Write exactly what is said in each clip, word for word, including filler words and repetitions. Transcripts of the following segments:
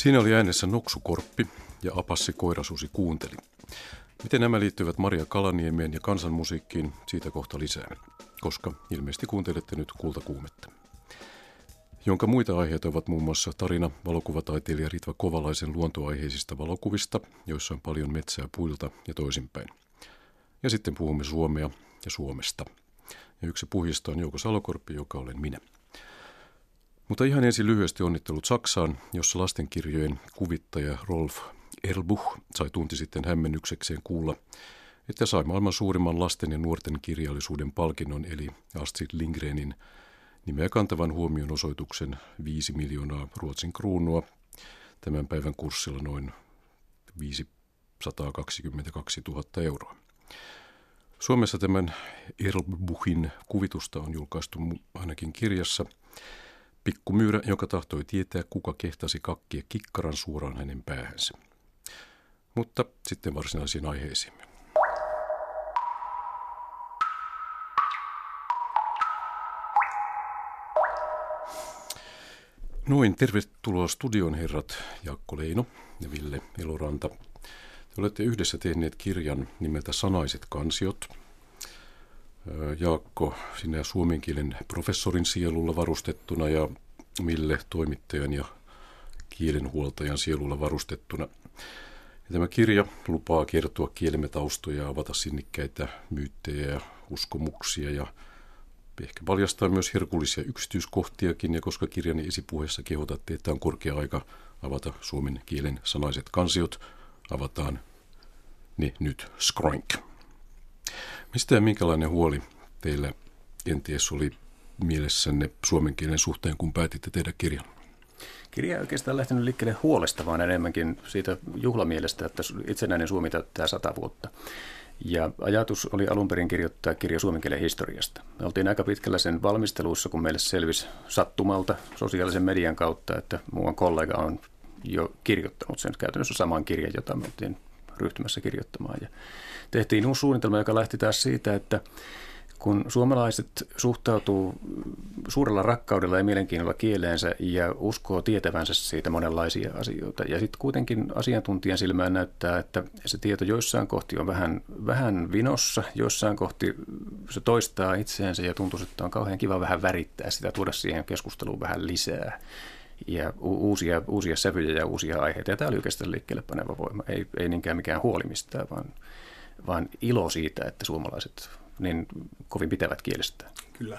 Siinä oli äänessä Noksukorppi ja Apassi koirasusi kuunteli. Miten nämä liittyvät Maria Kalaniemeen ja kansanmusiikkiin, siitä kohta lisää, koska ilmeisesti kuuntelette nyt Kultakuumetta. Jonka muita aiheita ovat muun muassa tarina valokuvataiteilija Ritva Kovalaisen luontoaiheisista valokuvista, joissa on paljon metsää puilta ja toisinpäin. Ja sitten puhumme Suomea ja Suomesta. Ja yksi puhjista on Jouko Salokorpi, joka olen minä. Mutta ihan ensin lyhyesti onnittelut Saksaan, jossa lastenkirjojen kuvittaja Rolf Erlbuch sai tunti sitten hämmennyksekseen kuulla, että sai maailman suurimman lasten ja nuorten kirjallisuuden palkinnon, eli Astrid Lindgrenin nimeä kantavan huomion osoituksen viisi miljoonaa Ruotsin kruunua, tämän päivän kurssilla noin viisisataakaksikymmentäkaksituhatta euroa. Suomessa tämän Erlbuchin kuvitusta on julkaistu ainakin kirjassa Pikkumyyrä, joka tahtoi tietää, kuka kehtasi kakkia kikkaran suoraan hänen päähänsä. Mutta sitten varsinaisiin aiheisiin. Noin, tervetuloa studion herrat Jaakko Leino ja Ville Eloranta. Te olette yhdessä tehneet kirjan nimeltä Sanaiset kansiot. Jaakko, sinä suomen kielen professorin sielulla varustettuna ja Ville toimittajan ja kielenhuoltajan sielulla varustettuna. Ja tämä kirja lupaa kertoa kielemme taustoja ja avata sinnikkäitä myyttejä ja uskomuksia ja ehkä paljastaa myös herkullisia yksityiskohtiakin, ja koska kirjani esipuheessa kehotatte, että on korkea aika avata suomen kielen sanaiset kansiot, avataan ne nyt skroink. Mistä ja minkälainen huoli teillä kenties oli mielessänne suomen kielen suhteen, kun päätitte tehdä kirjan? Kirja ei oikeastaan lähtenyt liikkeelle huolesta, vaan enemmänkin siitä juhlamielestä, että itsenäinen Suomi täyttää sata vuotta. Ja ajatus oli alun perin kirjoittaa kirja suomen kielen historiasta. Me oltiin aika pitkällä sen valmistelussa, kun meille selvisi sattumalta sosiaalisen median kautta, että muuan kollega on jo kirjoittanut sen käytännössä saman kirjan, jota me oltiin ryhtymässä kirjoittamaan. Ja tehtiin uusi suunnitelma, joka lähti taas siitä, että kun suomalaiset suhtautuu suurella rakkaudella ja mielenkiinnolla kieleensä ja uskoo tietävänsä siitä monenlaisia asioita, ja sitten kuitenkin asiantuntijan silmään näyttää, että se tieto joissain kohti on vähän, vähän vinossa, joissain kohti se toistaa itseänsä ja tuntuu, että on kauhean kiva vähän värittää sitä, tuoda siihen keskusteluun vähän lisää ja uusia, uusia sävyjä ja uusia aiheita. Ja tämä oli oikeastaan liikkeelle paneva voima, ei, ei niinkään mikään huoli mistään, vaan, vaan ilo siitä, että suomalaiset niin kovin pitävät kielestä. Kyllä.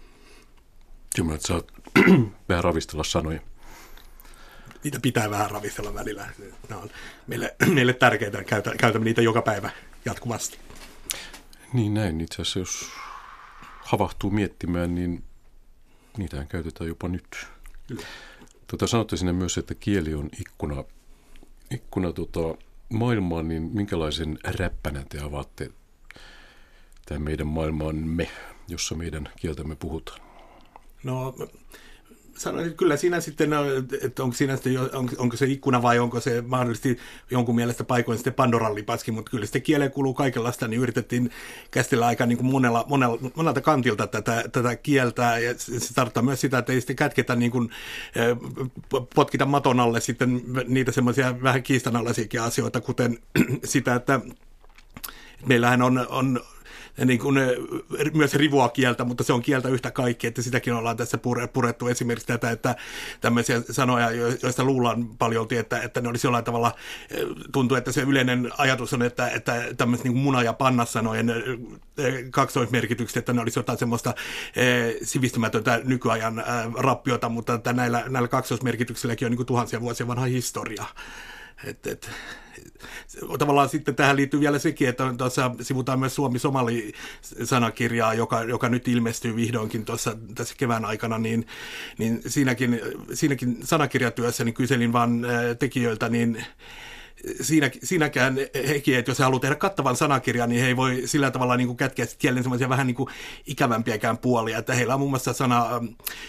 Kyllä, että saat vähän ravistella sanoja. Niitä pitää vähän ravistella välillä. Ne on meille, meille tärkeitä, käytämme niitä joka päivä jatkuvasti. Niin näin, itse asiassa jos havahtuu miettimään, niin niitähän käytetään jopa nyt. Kyllä. Tota, sanotte sinne myös, että kieli on ikkuna, ikkuna tota, maailmaan, niin minkälaisen räppänän te avaatte tämän meidän maailmaamme, jossa meidän kieltämme puhutaan? No sanoisin, että kyllä siinä sitten, että onko, siinä sitten, onko se ikkuna vai onko se mahdollisesti jonkun mielestä paikoin sitten Pandoran lipaskin, mutta kyllä sitten kieleen kuuluu kaikenlaista, niin yritettiin käsitellä aika niin kuin monella, monella, monelta kantilta tätä, tätä kieltä, ja se tarkoittaa myös sitä, että ei sitten kätketä niin kuin, potkita maton alle sitten niitä semmoisia vähän kiistanalaisiakin asioita, kuten sitä, että meillähän on, on niin kuin myös rivua kieltä, mutta se on kieltä yhtä kaikki, että sitäkin ollaan tässä purettu esimerkiksi tätä, että tämmöisiä sanoja, joista luullaan paljon, että, että ne olisi jollain tavalla, tuntuu, että se yleinen ajatus on, että, että tämmöiset niin kuin muna- ja pannassanojen kaksoismerkitykset, että ne olisi jotain semmoista sivistymätöntä nykyajan rappiota, mutta että näillä, näillä kaksoismerkityksilläkin on niin kuin tuhansia vuosia vanha historia. Et, et, tavallaan sitten tähän liittyy vielä sekin, että tuossa sivutaan myös Suomi-Somali-sanakirjaa, joka, joka nyt ilmestyy vihdoinkin tuossa tässä kevään aikana, niin, niin siinäkin, siinäkin sanakirjatyössä niin kyselin vaan tekijöiltä, niin Siinä, siinäkään hekin, että jos he haluaa tehdä kattavan sanakirjan, niin he ei voi sillä tavalla niin kuin kätkeä kielen semmoisia vähän niin kuin ikävämpiäkään puolia, että heillä on muun muassa sana ä,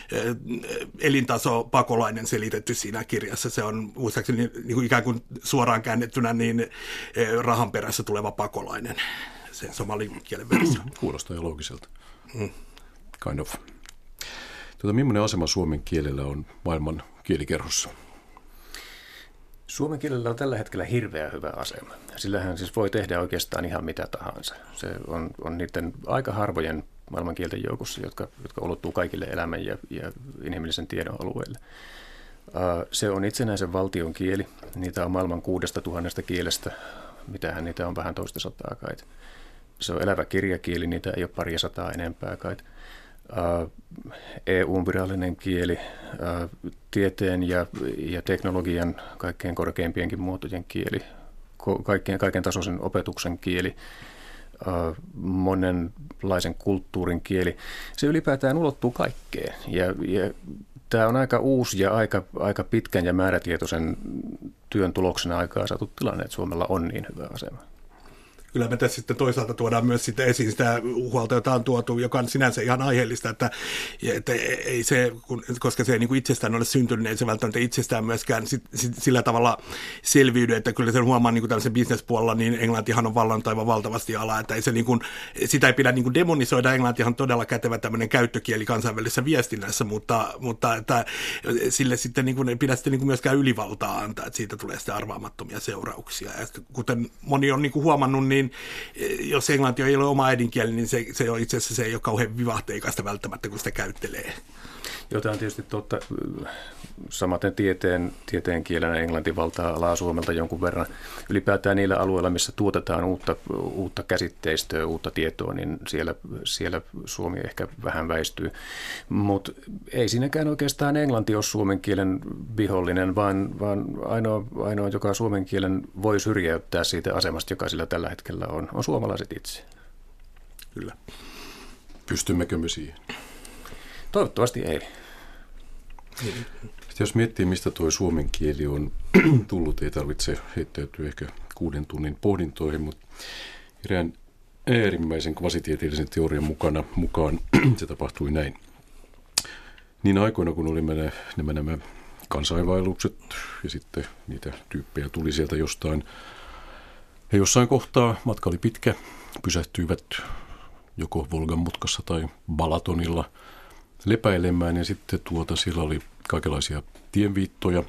elintaso pakolainen selitetty siinä kirjassa. Se on muistaakseni niin kuin ikään kuin suoraan käännettynä niin ä, rahan perässä tuleva pakolainen, se somalin kielen versio. Kuulostaa jo loogiselta. Mm. Kind of. Tuota, millainen asema suomen kielellä on maailman kielikerhossa? Suomen kielellä on tällä hetkellä hirveän hyvä asema. Sillähän siis voi tehdä oikeastaan ihan mitä tahansa. Se on, on niiden aika harvojen maailmankielten joukossa, jotka, jotka ulottuu kaikille elämän ja, ja inhimillisen tiedon alueille. Se on itsenäisen valtion kieli. Niitä on maailman kuudesta tuhannesta kielestä. Mitähän niitä on vähän toista sataa kai. Se on elävä kirjakieli, niitä ei ole paria sataa enempää kai. E U:n virallinen kieli, tieteen ja, ja teknologian kaikkein korkeimpienkin muotojen kieli, kaikkein, kaiken tasoisen opetuksen kieli, monenlaisen kulttuurin kieli. Se ylipäätään ulottuu kaikkeen. Ja, ja tämä on aika uusi ja aika, aika pitkän ja määrätietoisen työn tuloksena aikaa saatu tilanne, että Suomella on niin hyvä asema. Kyllä me tässä sitten toisaalta tuodaan myös sitten esiin sitä huolta, jota on tuotu, joka on sinänsä ihan aiheellista, että, että ei se, koska se ei niin kuin itsestään ole syntynyt, ei se välttämättä itsestään myöskään sit, sit, sillä tavalla selviydy, että kyllä sen huomaa niin kuin tällaisen bisnespuolella, niin englantihan on vallan aivan valtavasti ala, että ei se niin kuin, sitä ei pidä niin kuin demonisoida, englantihan on todella kätevä tämmöinen käyttökieli kansainvälisessä viestinnässä, mutta, mutta että sille sitten niin kuin, ei pidä sitten niin kuin myöskään ylivaltaa antaa, että siitä tulee sitten arvaamattomia seurauksia. Ja kuten moni on niin kuin huomannut, niin jos englanti ei ole oma äidinkieli, niin se, se on itse asiassa se ei ole kauhean vivahteikasta välttämättä, kun sitä käyttelee. Jotain tietysti totta. Samaten tieteen, tieteen kielenä englanti valtaa alaa Suomelta jonkun verran. Ylipäätään niillä alueilla, missä tuotetaan uutta, uutta käsitteistöä, uutta tietoa, niin siellä, siellä Suomi ehkä vähän väistyy. Mutta ei siinäkään oikeastaan englanti ole suomen kielen vihollinen, vaan, vaan ainoa, ainoa, joka suomen kielen voi syrjäyttää siitä asemasta, joka sillä tällä hetkellä on, on suomalaiset itse. Kyllä. Pystymmekö me siihen? Toivottavasti ei. Sitten jos miettii, mistä tuo suomen kieli on tullut, ei tarvitse heittäytyä ehkä kuuden tunnin pohdintoihin, mutta erään äärimmäisen kvasitieteellisen teorian mukana, mukaan se tapahtui näin. Niin aikoina, kun olimme nämä, nämä, nämä kansainvaellukset ja sitten niitä tyyppejä tuli sieltä jostain, ja jossain kohtaa matka oli pitkä, pysähtyivät joko Volgan mutkassa tai Balatonilla lepäilemään, ja sitten tuota siellä oli kaikenlaisia tienviittoja,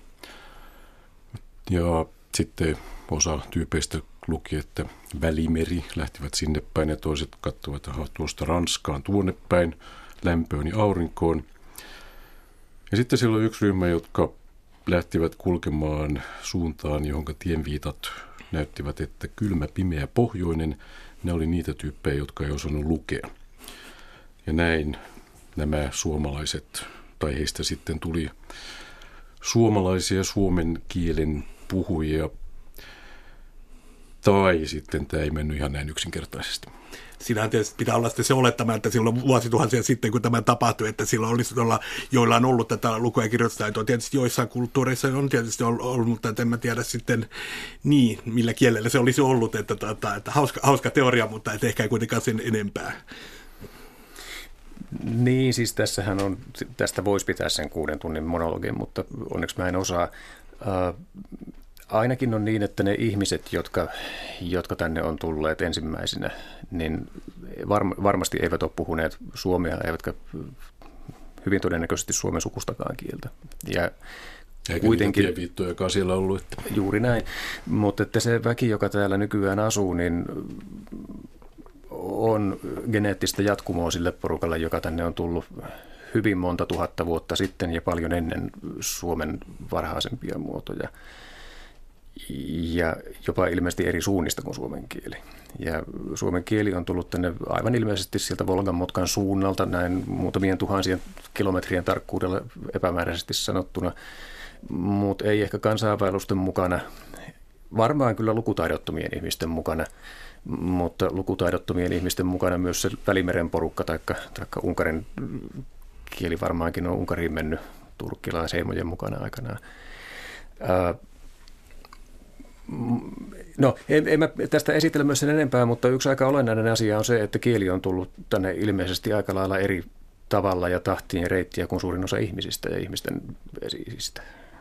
ja sitten osa tyypeistä luki, että Välimeri, lähtivät sinne päin, ja toiset katsoivat, että tuosta Ranskaan tuonne päin, lämpöön ja aurinkoon. Ja sitten siellä oli yksi ryhmä, jotka lähtivät kulkemaan suuntaan, johon tienviitat näyttivät, että kylmä, pimeä, pohjoinen. Ne oli niitä tyyppejä, jotka ei osannut lukea. Ja näin nämä suomalaiset, tai heistä sitten tuli suomalaisia suomen kielen puhujia, tai sitten tämä ei mennyt ihan näin yksinkertaisesti. Siinähän tietysti pitää olla sitten se olettama, että silloin vuosituhansia sitten, kun tämä tapahtui, että silloin olisi olla, joilla on ollut tätä luku- ja kirjoitustaitoa. Tietysti joissain kulttuureissa on tietysti ollut, mutta en mä tiedä sitten niin, millä kielellä se olisi ollut. Että, että, että hauska, hauska teoria, mutta et ehkä ei kuitenkaan sen enempää. Niin, siis tässähän on, tästä voisi pitää sen kuuden tunnin monologin, mutta onneksi mä en osaa. Äh, ainakin on niin, että ne ihmiset, jotka, jotka tänne on tulleet ensimmäisenä, niin varm, varmasti eivät ole puhuneet suomea, eivätkä hyvin todennäköisesti suomen sukustakaan kieltä. Ja eikä kuitenkin niitä tieviittojakaan siellä ollut. Että. Juuri näin, mutta että se väki, joka täällä nykyään asuu, niin on geneettistä jatkumoa sille porukalle, joka tänne on tullut hyvin monta tuhatta vuotta sitten ja paljon ennen Suomen varhaisempia muotoja. Ja jopa ilmeisesti eri suunnista kuin suomen kieli. Ja suomen kieli on tullut tänne aivan ilmeisesti sieltä Volgan mutkan suunnalta, näin muutamien tuhansien kilometrien tarkkuudella epämääräisesti sanottuna, mutta ei ehkä kansainvaellusten mukana, varmaan kyllä lukutaidottomien ihmisten mukana, mutta lukutaidottomien ihmisten mukana myös se Välimeren porukka, taikka, taikka Unkarin kieli varmaankin on Unkariin mennyt turkkilaisheimojen mukana aikanaan. Ää, No, en, en mä tästä esitellä myös sen enempää, mutta yksi aika olennainen asia on se, että kieli on tullut tänne ilmeisesti aika lailla eri tavalla ja tahtiin ja reittiä kuin suurin osa ihmisistä ja ihmisten vesisistä.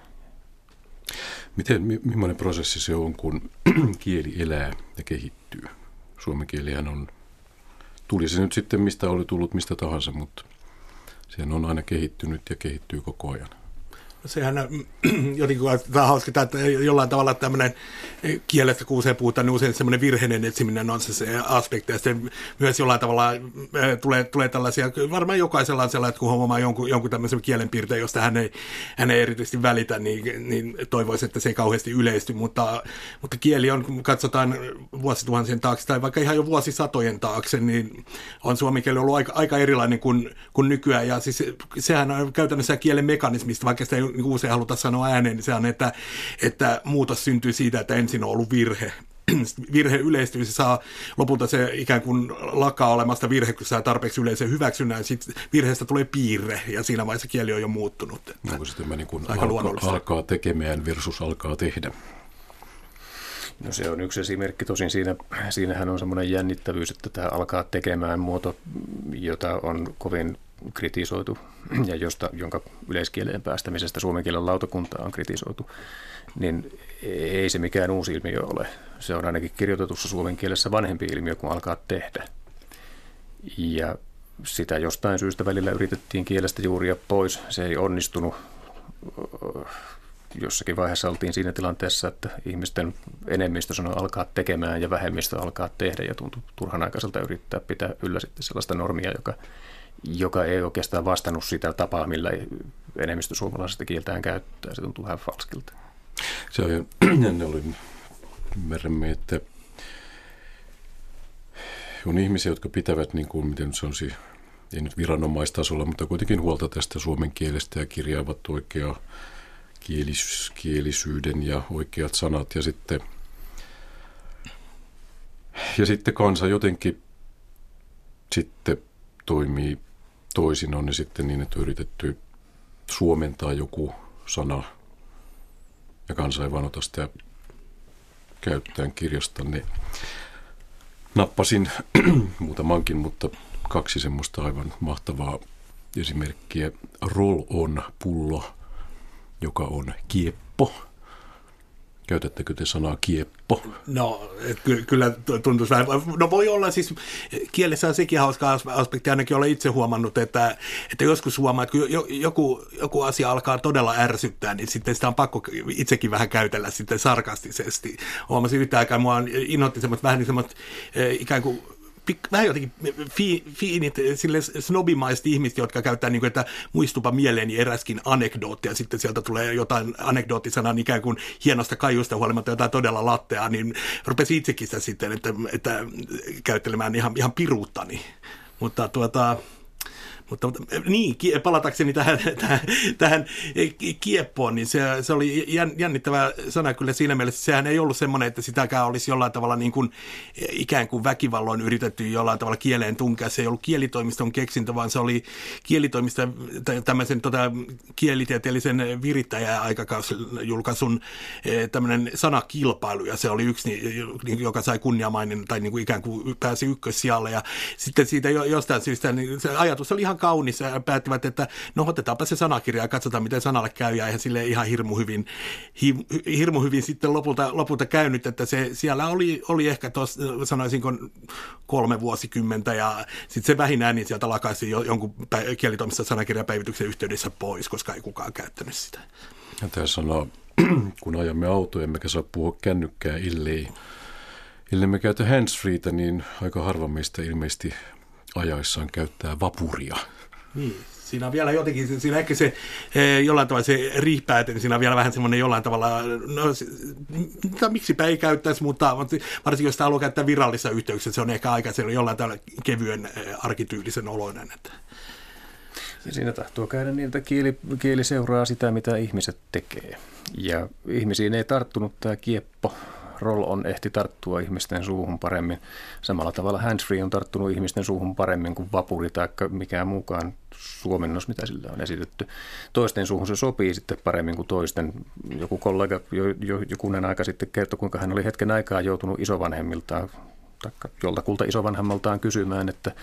Miten, millainen prosessi se on, kun kieli elää ja kehittyy? Suomen kielihän on, tuli se nyt sitten mistä oli tullut mistä tahansa, mutta sehän on aina kehittynyt ja kehittyy koko ajan. Sehän jotenkin on hauska, että jollain tavalla tämmöinen kielestä kun usein puhutaan, niin usein semmoinen virheinen etsiminen on se, se aspekti. Ja sitten myös jollain tavalla tulee, tulee tällaisia, varmaan jokaisella on sellainen, että kun huomaa jonkun, jonkun tämmöisen kielenpiirteen, josta hän ei, hän ei erityisesti välitä, niin, niin toivoisi, että se ei kauheasti yleisty. Mutta, mutta kieli on, kun katsotaan vuosituhansien taakse tai vaikka ihan jo vuosisatojen taakse, niin on suomen kieli ollut aika, aika erilainen kuin, kuin nykyään. Ja siis sehän on käytännössä kielen mekanismista, vaikka sitä ei usein haluta sanoa ääneen, niin se on, että, että muutos syntyy siitä, että ensin on ollut virhe. Virhe yleistyy, se saa lopulta se ikään kuin lakkaa olemasta virhe, kun saa tarpeeksi yleisen hyväksynnän, sitten virheestä tulee piirre, ja siinä vaiheessa kieli on jo muuttunut. Onko sitten mä niin kuin alkaa, alkaa tekemään versus alkaa tehdä? No se on yksi esimerkki. Tosin siinä, siinähän on semmoinen jännittävyys, että tämä alkaa tekemään muoto, jota on kovin kritisoitu ja josta, jonka yleiskieleen päästämisestä suomen kielen lautakuntaa on kritisoitu, niin ei se mikään uusi ilmiö ole. Se on ainakin kirjoitetussa suomen kielessä vanhempi ilmiö, kun alkaa tehdä. Ja sitä jostain syystä välillä yritettiin kielestä juuria pois. Se ei onnistunut. Jossakin vaiheessa oltiin siinä tilanteessa, että ihmisten enemmistö sanoi alkaa tekemään ja vähemmistö alkaa tehdä, ja tuntui turhanaikaiselta yrittää pitää yllä sitten sellaista normia, joka, joka ei oikeastaan vastannut sitä tapaa, millä enemmistö suomalaisesta kieltään käyttää. Se tuntuu vähän falskilta. Se on jännä, oli ymmärrämme, että on ihmisiä, jotka pitävät, niin kuin, miten se on, ei nyt viranomaistasolla, mutta kuitenkin huolta tästä suomen kielestä ja kirjaavat oikeaa kielis, kielisyyden ja oikeat sanat. Ja sitten, ja sitten kansa jotenkin sitten toimii toisin, on ne sitten niin, että on yritetty suomentaa joku sana ja kansa ei vaan ota sitä käyttäen kirjasta. Ne nappasin muutamankin, mutta kaksi semmoista aivan mahtavaa esimerkkiä. Roll on pullo, joka on kieppo. Käytättekö te sanaa kieppo? No, ky- kyllä tuntuu vähän. No voi olla siis, kielessä on sekin hauska aspekti, ainakin olen itse huomannut, että, että joskus huomaa, että kun joku, joku asia alkaa todella ärsyttää, niin sitten sitä on pakko itsekin vähän käytellä sitten sarkastisesti. Huomasin yhtä aikaa, mua innoitti semmoista vähän niin semmoista ikään kuin vähän jotenkin fi, fiinit, sille snobimaiset ihmiset, jotka käyttää, niin kuin, että muistupa mieleeni eräskin anekdootti, ja sitten sieltä tulee jotain anekdoottisanan ikään kuin hienosta kaiusta huolimatta jotain todella latteaa, niin rupesin itsekin sitä sitten, että, että käyttelemään ihan, ihan piruuttani. Mutta tuota... Mutta, mutta niin, palatakseni tähän, tähän, tähän kieppoon, niin se, se oli jännittävä sana kyllä siinä mielessä. Sehän ei ollut semmoinen, että sitäkään olisi jollain tavalla niin kuin, ikään kuin väkivalloin yritetty jollain tavalla kieleen tunkea. Se ei ollut kielitoimiston keksintö, vaan se oli kielitoimiston tämmöisen tota, kielitieteellisen virittäjä-aikakausjulkaisun tämmöinen sanakilpailu, ja se oli yksi, joka sai kunniamaininnan tai niin kuin ikään kuin pääsi ykkössijalle. Ja sitten siitä jostain syystä niin se ajatus oli ihan kaunis, ja päättivät, että no otetaanpa se sanakirja ja katsotaan, miten sanalle käy, ja eihän sille ihan hirmu hyvin, hi, hirmu hyvin sitten lopulta, lopulta käynyt, että se siellä oli, oli ehkä tuossa, sanoisinko, kolme vuosikymmentä, ja sitten se vähinään niin sieltä lakaisi jo, jonkun kielitoimiston sanakirjapäivityksen yhteydessä pois, koska ei kukaan käyttänyt sitä. Ja tämä sanoo, kun ajamme autoja, emmekä saa puhua kännykkää, illei, ellei me käytä handsfreetä, niin aika harva meistä ilmeisesti ajaessaan käyttää vapuria. Niin, siinä on vielä jotenkin, siinä ehkä se jollain tavalla se riihpäätä, niin siinä on vielä vähän semmoinen jollain tavalla, no se, miksipä ei käyttäisi, mutta varsinkin jos sitä haluaa käyttää virallisessa yhteyksissä, se on ehkä aika jollain tavalla kevyen arkityylisen oloinen. Että. Ja siinä tahtoo käydä niin, että kieli, kieli seuraa sitä, mitä ihmiset tekee. Ja ihmisiin ei tarttunut tämä kieppo. Roll on ehti tarttua ihmisten suuhun paremmin. Samalla tavalla handsfree on tarttunut ihmisten suuhun paremmin kuin vapuri tai mikään muukaan suomennos, mitä sillä on esitetty. Toisten suuhun se sopii sitten paremmin kuin toisten. Joku kollega jo, jo, jokunen aika sitten kertoi, kuinka hän oli hetken aikaa joutunut isovanhemmiltaan, tai joltakulta isovanhemmaltaan kysymään, että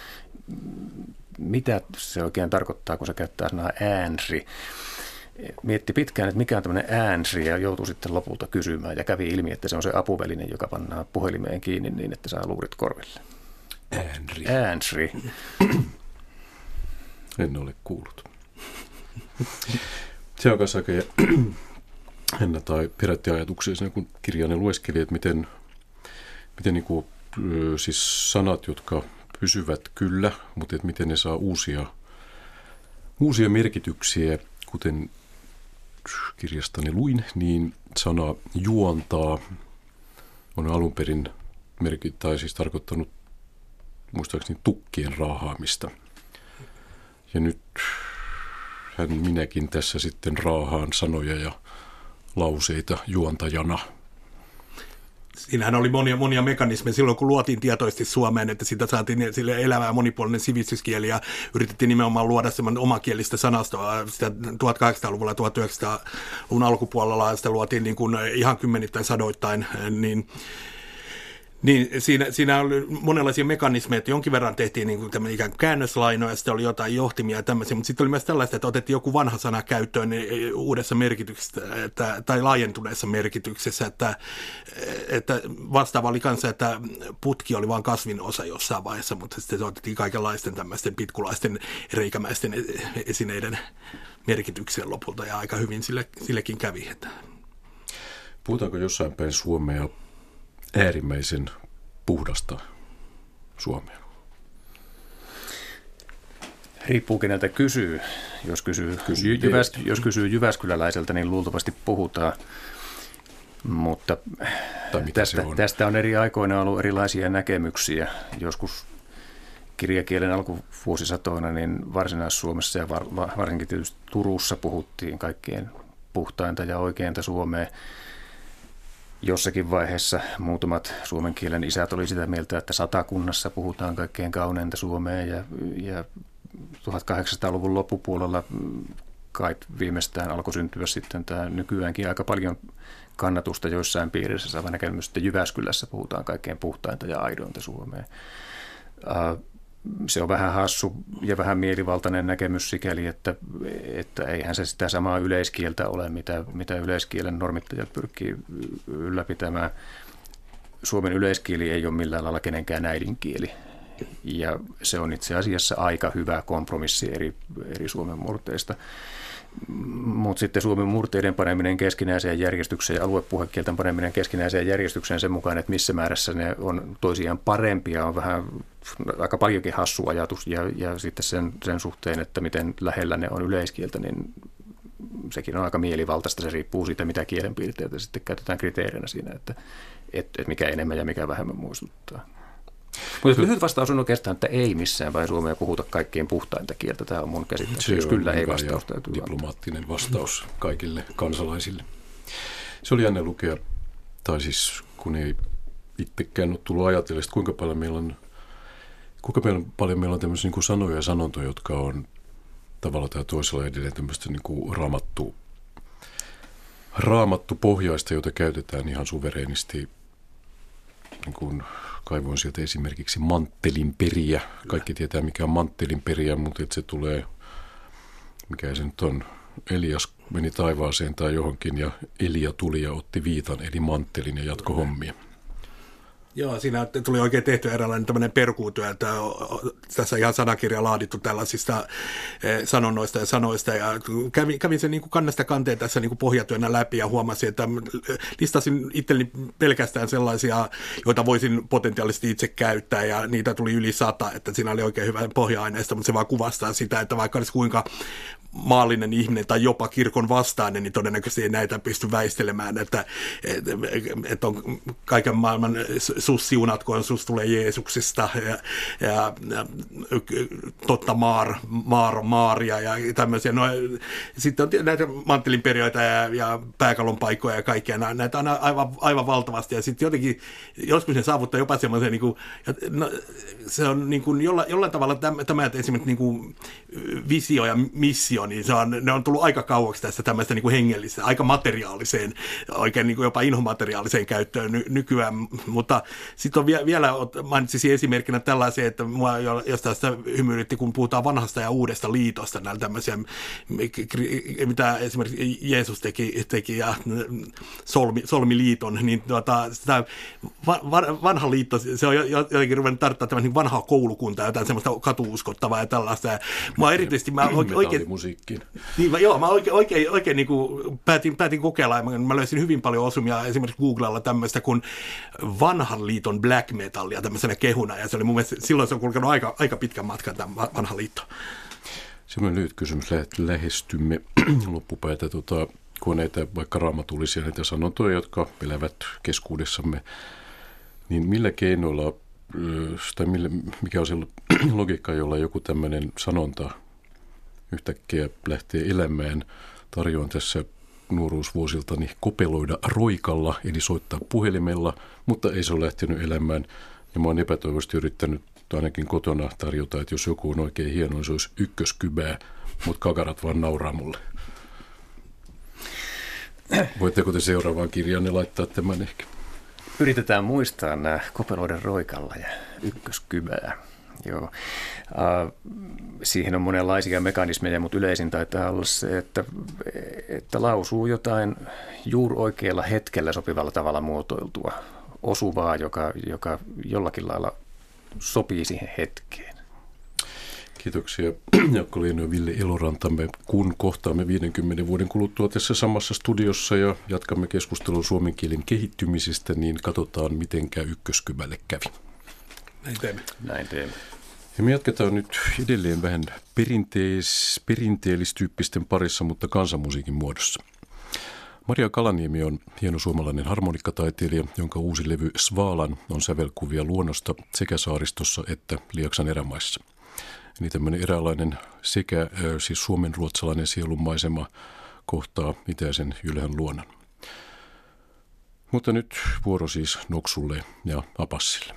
mitä se oikein tarkoittaa, kun se käyttää sanaa äänri. Mietti pitkään, että mikä on tämmöinen äänri, ja joutui sitten lopulta kysymään, ja kävi ilmi, että se on se apuväline, joka pannaan puhelimeen kiinni niin, että saa luurit korville. Äänri. Äänri. En ole kuullut. Se on myös aika jännä tai herätti ajatuksia siinä, kun kirjaani lueskeli, että miten, miten niin kuin, siis sanat, jotka pysyvät kyllä, mutta että miten ne saa uusia, uusia merkityksiä, kuten kirjastani luin, niin sana juontaa on alun perin merkit, tai siis tarkoittanut muistaakseni tukkien raahaamista. Ja nyt hän minäkin tässä sitten raahaan sanoja ja lauseita juontajana. Siinähän oli monia, monia mekanismeja silloin, kun luotiin tietoisesti Suomeen, että sitä saatiin sille elävä ja monipuolinen sivistyskieli ja yritettiin nimenomaan luoda semmoinen omakielistä sanastoa. Sitä tuhatkahdeksansataaluvulla ja tuhatyhdeksänsataaluvun alkupuolella sitä luotiin niin kuin ihan kymmenittäin sadoittain, niin Niin siinä, siinä oli monenlaisia mekanismeja, että jonkin verran tehtiin niin kuin tämmöinen ikään kuin käännöslainoja, sitten oli jotain johtimia ja tämmöisiä, mutta sitten oli myös tällaista, että otettiin joku vanha sana käyttöön niin uudessa merkityksessä että, tai laajentuneessa merkityksessä, että, että vastaava oli kanssa, että putki oli vain kasvin osa jossain vaiheessa, mutta sitten otettiin kaikenlaisten tämmöisten pitkulaisten reikämäisten esineiden merkitykseen lopulta ja aika hyvin sille, sillekin kävi. Että. Puhutaanko jossain päin Suomea äärimmäisen puhdasta Suomea? Riippuu keneltä kysyy. Jos kysyy, kysyy, Jyväs, jos kysyy Jyväskyläläiseltä, niin luultavasti puhutaan. Mutta tästä on? tästä on eri aikoina ollut erilaisia näkemyksiä. Joskus kirjakielen alkuvuosisatoina niin Varsinais-Suomessa ja var, varsinkin tietysti Turussa puhuttiin kaikkein puhtainta ja oikeinta suomea. Jossakin vaiheessa muutamat suomen kielen isät oli sitä mieltä, että Satakunnassa puhutaan kaikkein kauneinta suomea ja, ja tuhatkahdeksansataaluvun loppupuolella kai viimeistään alkoi syntyä sitten tämä nykyäänkin aika paljon kannatusta joissain piirissä saava näkemys, että Jyväskylässä puhutaan kaikkein puhtainta ja aidointa suomea. Se on vähän hassu ja vähän mielivaltainen näkemys sikäli, että, että eihän se sitä samaa yleiskieltä ole, mitä, mitä yleiskielen normittajat pyrkii ylläpitämään. Suomen yleiskieli ei ole millään lailla kenenkään äidinkieli. Ja se on itse asiassa aika hyvä kompromissi eri, eri Suomen murteista. Mutta sitten Suomen murteiden paneminen keskinäiseen järjestykseen ja aluepuhekielten paneminen keskinäiseen järjestykseen sen mukaan, että missä määrässä ne on toisiaan parempia, on vähän aika paljonkin hassu ajatus. Ja, ja sitten sen, sen suhteen, että miten lähellä ne on yleiskieltä, niin sekin on aika mielivaltaista. Se riippuu siitä, mitä kielenpiirteitä sitten käytetään kriteerinä siinä, että, että, että mikä enemmän ja mikä vähemmän muistuttaa. Mutta lyhyt vastaus on oikeastaan, että ei missään päin Suomea puhuta kaikkein puhtainta kieltä. Tämä on mun käsittely. Kyllä ei vastaus täytyy diplomaattinen vastaus kaikille kansalaisille. Se oli jännä lukea, tai siis kun ei itsekään ole tullut ajatella, kuinka paljon meillä on, kuinka paljon meillä on tämmöisiä niin kuin sanoja ja sanontoja, jotka on tavalla tai toisella edelleen tämmöistä niin kuin raamattu, raamattu pohjaista, jota käytetään ihan suvereenisti niin kuin kaivoin sieltä esimerkiksi manttelinperiä. Kaikki tietää, mikä on manttelinperiä, mutta että se tulee, mikä se nyt on, Elias meni taivaaseen tai johonkin ja Elia tuli ja otti viitan eli manttelin ja jatko hommia. Joo, siinä tuli oikein tehty eräänlainen tämmöinen perkuutyö, että tässä ihan sanakirja laadittu tällaisista sanonnoista ja sanoista, ja kävin, kävin sen niin kuin kannesta kanteen tässä niin kuin pohjatyönä läpi ja huomasin, että listasin itselleni pelkästään sellaisia, joita voisin potentiaalisesti itse käyttää, ja niitä tuli yli sata, että siinä oli oikein hyvä pohja-aineista, mutta se vaan kuvastaa sitä, että vaikka olisi kuinka maallinen ihminen tai jopa kirkon vastainen, niin todennäköisesti ei näitä pysty väistelemään, että, että, että on kaiken maailman sus siunatkoon, sus tulee Jeesuksesta ja, ja, ja totta maar, maar, maaria ja tämmöisiä. No, sitten on näitä manttelinperioita ja, ja pääkallon paikkoja ja kaikkea. Näitä on aivan, aivan valtavasti ja sitten jotenkin joskus ne saavuttaa jopa semmoisen, niin kuin, no, se on niin kuin jollain, jollain tavalla tämä, tämä että esimerkiksi niin kuin visio ja missio, niin se on, ne on tullut aika kauaksi tästä tämmöistä niin kuin hengelliseen, aika materiaaliseen, oikein niin kuin jopa inhomateriaaliseen käyttöön ny- nykyään, mutta sitten on vielä, vielä mainitsisin esimerkkinä tällaisia, että mua jostain sitä hymyilytti, kun puhutaan vanhasta ja uudesta liitosta, näillä tämmöisiä, mitä esimerkiksi Jeesus teki, teki ja solmi, solmiliiton, niin tuota, sitä vanha liitto, se on jotenkin ruvennut tarttaa tämmöinen vanhaa koulukuntaa, jotain semmoista katuuskottavaa ja tällaista. Ja mä erityisesti, mä oikein, niin, joo, mä oikein, oikein, oikein niin kuin päätin, päätin kokeilla, ja mä löysin hyvin paljon osumia esimerkiksi Googlella tämmöistä kuin vanhan liiton black metallia tämmöisenä kehuna, ja se oli mun mielestä, silloin se on kulkenut aika, aika pitkän matkan tämä vanha liitto. Semmoinen lyhyt kysymys, lähestymme loppupäätä, tuota, kun näitä vaikka raamatullisia näitä sanontoja, jotka elävät keskuudessamme, niin millä keinoilla, tai millä, mikä on se logiikka, jolla joku tämmöinen sanonta yhtäkkiä lähtee elämään? Tarjoan tässä nuoruusvuosiltani kopeloida roikalla, eli soittaa puhelimella, mutta ei se ole lähtenyt elämään. Ja mä oon epätoivoisesti yrittänyt ainakin kotona tarjota, että jos joku on oikein hieno, niin se olisi ykköskybää, mutta kakarat vaan nauraa mulle. Voitteko te seuraavaan kirjaanne laittaa tämän ehkä? Yritetään muistaa nämä kopeloiden roikalla ja ykköskybää. Joo. Uh, siihen on monenlaisia mekanismeja, mutta yleisin taitaa olla se, että, että lausuu jotain juuri oikealla hetkellä sopivalla tavalla muotoiltua, osuvaa, joka, joka jollakin lailla sopii siihen hetkeen. Kiitoksia Jaakko Leino ja Ville Elorantamme, kun kohtaamme viidenkymmenen vuoden kuluttua tässä samassa studiossa ja jatkamme keskustelua suomen kielen kehittymisestä, niin katsotaan, mitenkä ykköskymälle kävi. Näin teemme. Näin teemme. Ja me jatketaan nyt edelleen vähän perinteis, perinteellistyyppisten parissa, mutta kansanmusiikin muodossa. Maria Kalaniemi on hieno suomalainen harmonikkataiteilija, jonka uusi levy Svalan on sävelkuvia luonnosta sekä saaristossa että Lieksan erämaissa. Niin tämmöinen eräänlainen sekä siis suomenruotsalainen sielunmaisema kohtaa itäisen ylhän luonnon. Mutta nyt vuoro siis Noksulle ja Apassille.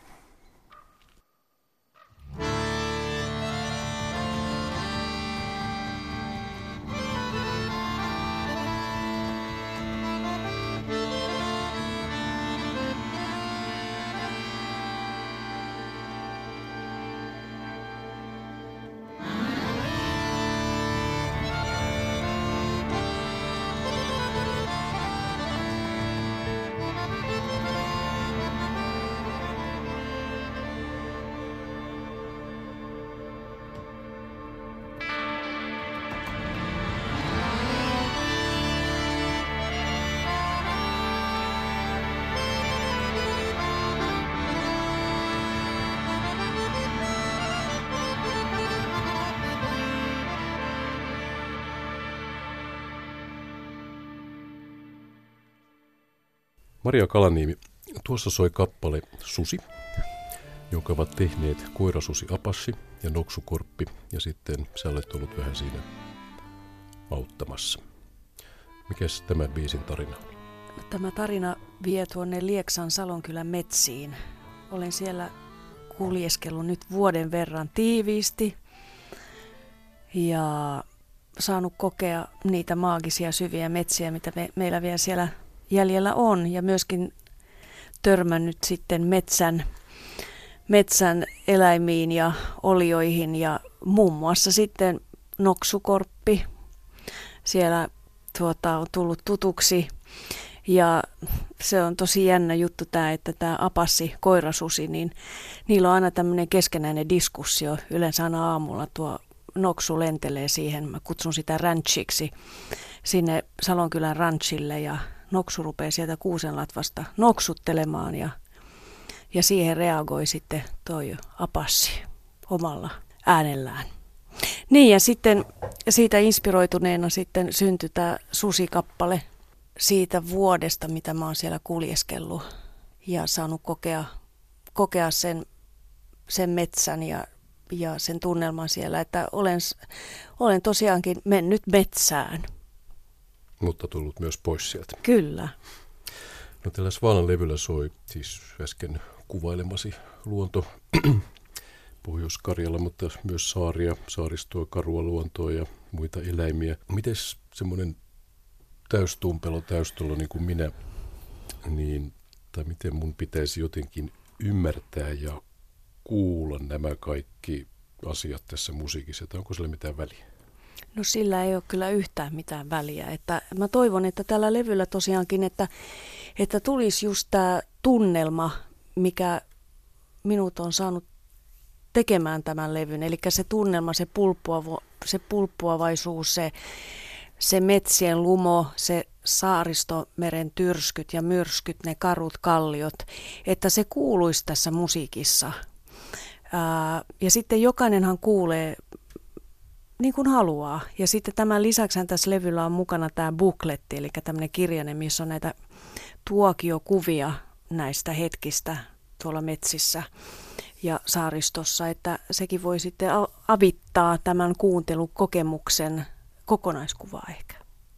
Maria Kalaniemi, tuossa soi kappale Susi, jonka ovat tehneet Koirasusi Apassi ja Noksu Korppi, ja sitten sä olet ollut vähän siinä auttamassa. Mikäs tämä biisin tarina? Tämä tarina vie tuonne Lieksan Salonkylän metsiin. Olen siellä kuljeskellut nyt vuoden verran tiiviisti ja saanut kokea niitä maagisia syviä metsiä, mitä me, meillä vielä siellä jäljellä on, ja myöskin törmännyt sitten metsän, metsän eläimiin ja olioihin ja muun muassa sitten Noksukorppi siellä tuota, on tullut tutuksi, ja se on tosi jännä juttu tämä, että tämä Apassi, koirasusi, niin niillä on aina tämmöinen keskenäinen diskussio, yleensä aina aamulla tuo Noksu lentelee siihen, mä kutsun sitä ranchiksi, sinne Salonkylän ranchille, ja Noksu rupeaa sieltä kuusenlatvasta noksuttelemaan, ja, ja siihen reagoi sitten toi Apassi omalla äänellään. Niin, ja sitten siitä inspiroituneena sitten syntyi tämä Susi-kappale siitä vuodesta, mitä mä oon siellä kuljeskellut ja saanut kokea, kokea sen, sen metsän ja, ja sen tunnelman siellä, että olen, olen tosiaankin mennyt metsään. Mutta tullut myös pois sieltä. Kyllä. No tällä Svalan levyllä soi siis äsken kuvailemasi luonto Pohjois-Karjala, mutta myös saaria, saaristoa, karua luontoa ja muita eläimiä. Mites semmoinen täystumpelo, täystolo niin kuin minä, niin tai miten mun pitäisi jotenkin ymmärtää ja kuulla nämä kaikki asiat tässä musiikissa, tai onko sillä mitään väliä? No sillä ei ole kyllä yhtään mitään väliä. Että mä toivon, että tällä levyllä tosiaankin, että, että tulisi just tämä tunnelma, mikä minut on saanut tekemään tämän levyn. Eli se tunnelma, se, pulppua, se pulppuavaisuus, se, se metsien lumo, se Saaristomeren tyrskyt ja myrskyt, ne karut kalliot, että se kuuluisi tässä musiikissa. Ää, ja sitten jokainenhan kuulee niin kuin haluaa. Ja sitten tämän lisäksi tässä levyllä on mukana tämä bookletti, eli tämmöinen kirjainen, missä on näitä tuokiokuvia näistä hetkistä tuolla metsissä ja saaristossa, että sekin voi sitten avittaa tämän kuuntelukokemuksen kokonaiskuvaa ehkä.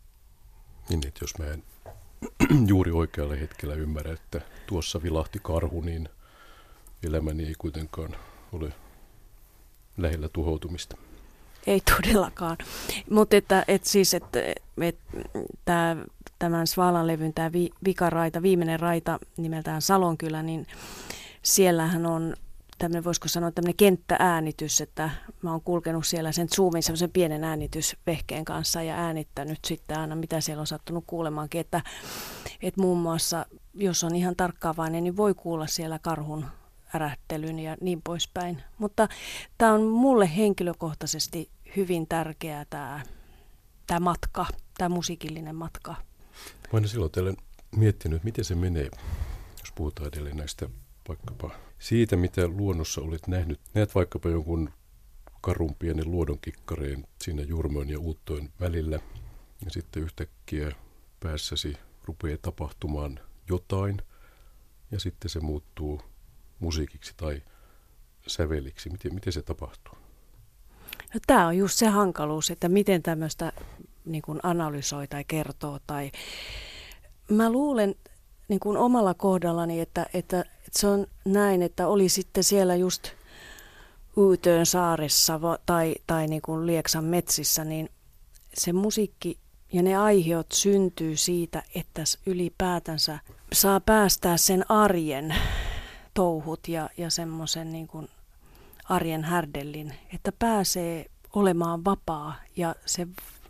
Niin, että jos mä en juuri oikealla hetkellä ymmärrä, että tuossa vilahti karhu, niin elämäni ei kuitenkaan ole lähellä tuhoutumista. Ei todellakaan. Mutta että, et siis, että et, tää, tämän Svaalan levyn tämä vi, vikaraita, viimeinen raita nimeltään Salonkylä, niin siellähän on tämmöinen, voisiko sanoa tämmöinen kenttääänitys, että mä oon kulkenut siellä sen Zoomin semmoisen pienen äänitysvehkeen kanssa ja äänittänyt sitten aina, mitä siellä on sattunut kuulemaankin, että, että muun muassa, jos on ihan tarkkaavainen, niin voi kuulla siellä karhun ärähtelyn ja niin poispäin. Mutta tämä on mulle henkilökohtaisesti hyvin tärkeää tämä, tämä matka, tämä musiikillinen matka. Mä aina silloin teille miettinyt, miten se menee, jos puhutaan edelleen näistä vaikkapa siitä, mitä luonnossa olet nähnyt. Näet vaikkapa jonkun karun pienen luodonkikkareen siinä Jurmön ja Uuttojen välillä ja sitten yhtäkkiä päässäsi rupeaa tapahtumaan jotain ja sitten se muuttuu musiikiksi tai säveliksi. Miten, miten se tapahtuu? No, tämä on just se hankaluus, että miten tämmöistä niin kuin analysoi tai kertoo. Tai mä luulen niin kuin omalla kohdallani, että, että, että se on näin, että oli sitten siellä just Uutöön saaressa tai, tai niin kuin Lieksan metsissä, niin se musiikki ja ne aiheut syntyy siitä, että ylipäätänsä saa päästää sen arjen touhut ja, ja semmoisen niin kuin arjen härdellin, että pääsee olemaan vapaa ja se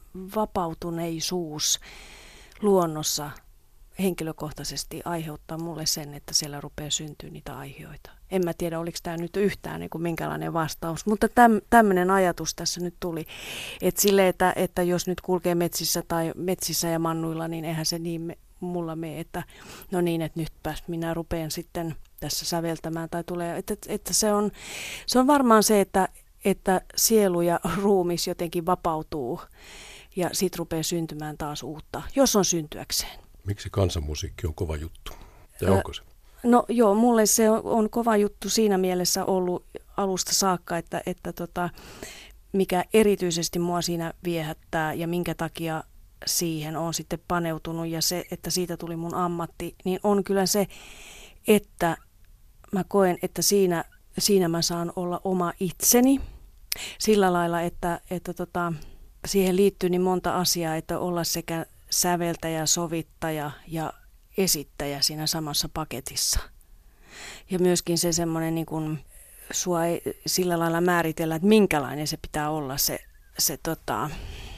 vapautuneisuus luonnossa henkilökohtaisesti aiheuttaa mulle sen, että siellä rupeaa syntyä niitä aiheita. En mä tiedä, oliko tämä nyt yhtään niin kuin minkälainen vastaus, mutta täm, tämmöinen ajatus tässä nyt tuli. Että sille, että, että jos nyt kulkee metsissä tai metsissä ja mannuilla, niin eihän se niin me, mulla mene, että no niin, että nytpäs minä rupean sitten tässä säveltämään tai tulee. Että, että se, on, se on varmaan se, että, että sielu ja ruumis jotenkin vapautuu ja sit rupeaa syntymään taas uutta, jos on syntyäkseen. Miksi kansanmusiikki on kova juttu? Ja onko se? No joo, mulle se on, on kova juttu siinä mielessä ollut alusta saakka, että, että tota, mikä erityisesti mua siinä viehättää ja minkä takia siihen on sitten paneutunut ja se, että siitä tuli mun ammatti, niin on kyllä se, että mä koen, että siinä, siinä mä saan olla oma itseni sillä lailla, että, että tota, siihen liittyy niin monta asiaa, että olla sekä säveltäjä, sovittaja ja esittäjä siinä samassa paketissa. Ja myöskin se semmoinen, niin kuin sua ei sillä lailla määritellä, että minkälainen se pitää olla se, se tota,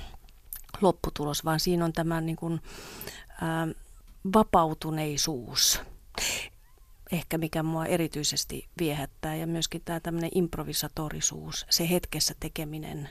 lopputulos, vaan siinä on tämä niin kuin, ää, vapautuneisuus. Ehkä mikä mua erityisesti viehättää ja myöskin tämä tämmöinen improvisatorisuus, se hetkessä tekeminen.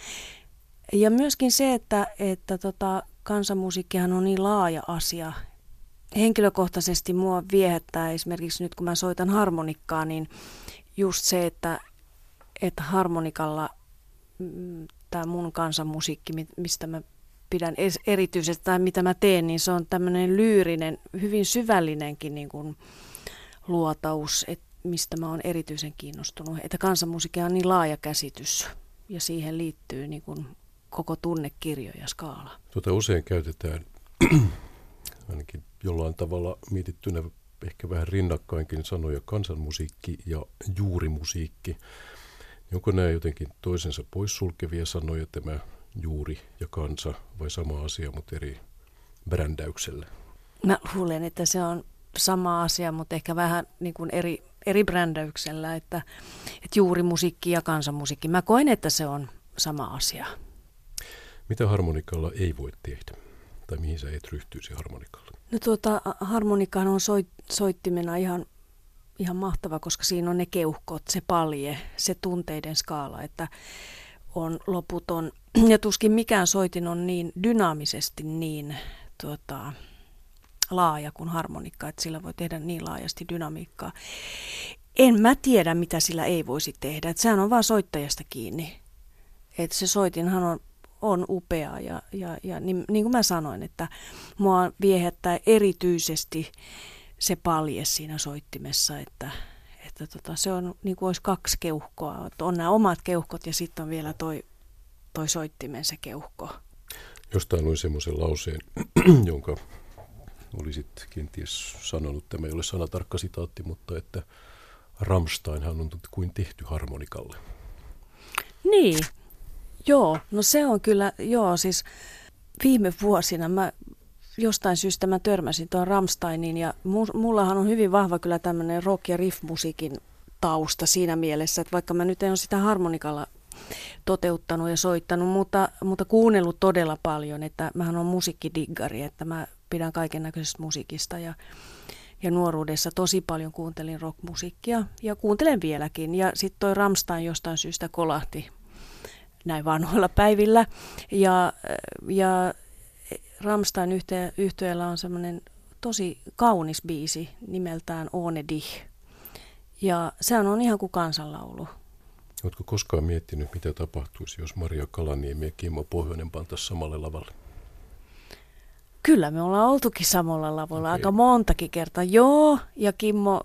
Ja myöskin se, että, että tota, kansanmusiikkihan on niin laaja asia. Henkilökohtaisesti mua viehättää esimerkiksi nyt kun mä soitan harmonikkaa, niin just se, että, että harmonikalla mm, tämä mun kansanmusiikki, mistä mä pidän erityisesti tai mitä mä teen, niin se on tämmöinen lyyrinen, hyvin syvällinenkin niin kuin luotaus, että mistä mä oon erityisen kiinnostunut. Että kansanmusiikki on niin laaja käsitys ja siihen liittyy niin kuin koko tunnekirjo ja skaala. Tuota usein käytetään ainakin jollain tavalla mietittynä ehkä vähän rinnakkainkin sanoja kansanmusiikki ja juurimusiikki. Onko nämä jotenkin toisensa poissulkevia sanoja, tämä juuri ja kansa, vai sama asia, mutta eri brändäyksellä? Mä luulen, että se on sama asia, mutta ehkä vähän niin kuin eri, eri brändäyksellä, että, että juuri musiikki ja kansanmusiikki. Mä koen, että se on sama asia. Mitä harmonikalla ei voi tehdä? Tai mihin sä et ryhtyisi harmonikalla? No tuota, harmonikahan on soit, soittimena ihan, ihan mahtava, koska siinä on ne keuhkot, se palje, se tunteiden skaala, että on loputon. Ja tuskin mikään soitin on niin dynaamisesti niin tuota, laaja kuin harmonikka, että sillä voi tehdä niin laajasti dynamiikkaa. En mä tiedä, mitä sillä ei voisi tehdä. Että sehän on vaan soittajasta kiinni. Että se soitinhan on, on upea ja, ja, ja niin, niin kuin mä sanoin, että mua viehättää erityisesti se palje siinä soittimessa, että, että tota, se on niin kuin olisi kaksi keuhkoa. Että on nämä omat keuhkot ja sitten on vielä toi, toi soittimen se keuhko. Jostain luin semmoisen lauseen, jonka olisit kenties sanonut, tämä ei ole sanatarkka sitaatti, mutta että Rammsteinhan on kuin tehty harmonikalle. Niin, joo, no se on kyllä, joo, siis viime vuosina mä jostain syystä mä törmäsin tuon Rammsteinin ja mullahan on hyvin vahva kyllä tämmöinen rock- ja riff-musiikin tausta siinä mielessä, että vaikka mä nyt en ole sitä harmonikalla toteuttanut ja soittanut, mutta, mutta kuunnellut todella paljon, että mähän on musiikkidiggari, että mä pidän kaiken näköisestä musiikista ja, ja nuoruudessa tosi paljon kuuntelin rockmusiikkia ja kuuntelen vieläkin. Ja sitten toi Rammstein jostain syystä kolahti näin vanhoilla päivillä ja, ja Rammstein yhtyeellä on semmoinen tosi kaunis biisi nimeltään Ohne dich ja sehän on ihan kuin kansanlaulu. Oletko koskaan miettinyt, mitä tapahtuisi, jos Maria Kalaniemi ja Kimmo Pohjonen pantaisiin samalle lavalle? Kyllä me ollaan oltukin samalla lavoilla okay. aika montakin kertaa. Joo, ja Kimmo,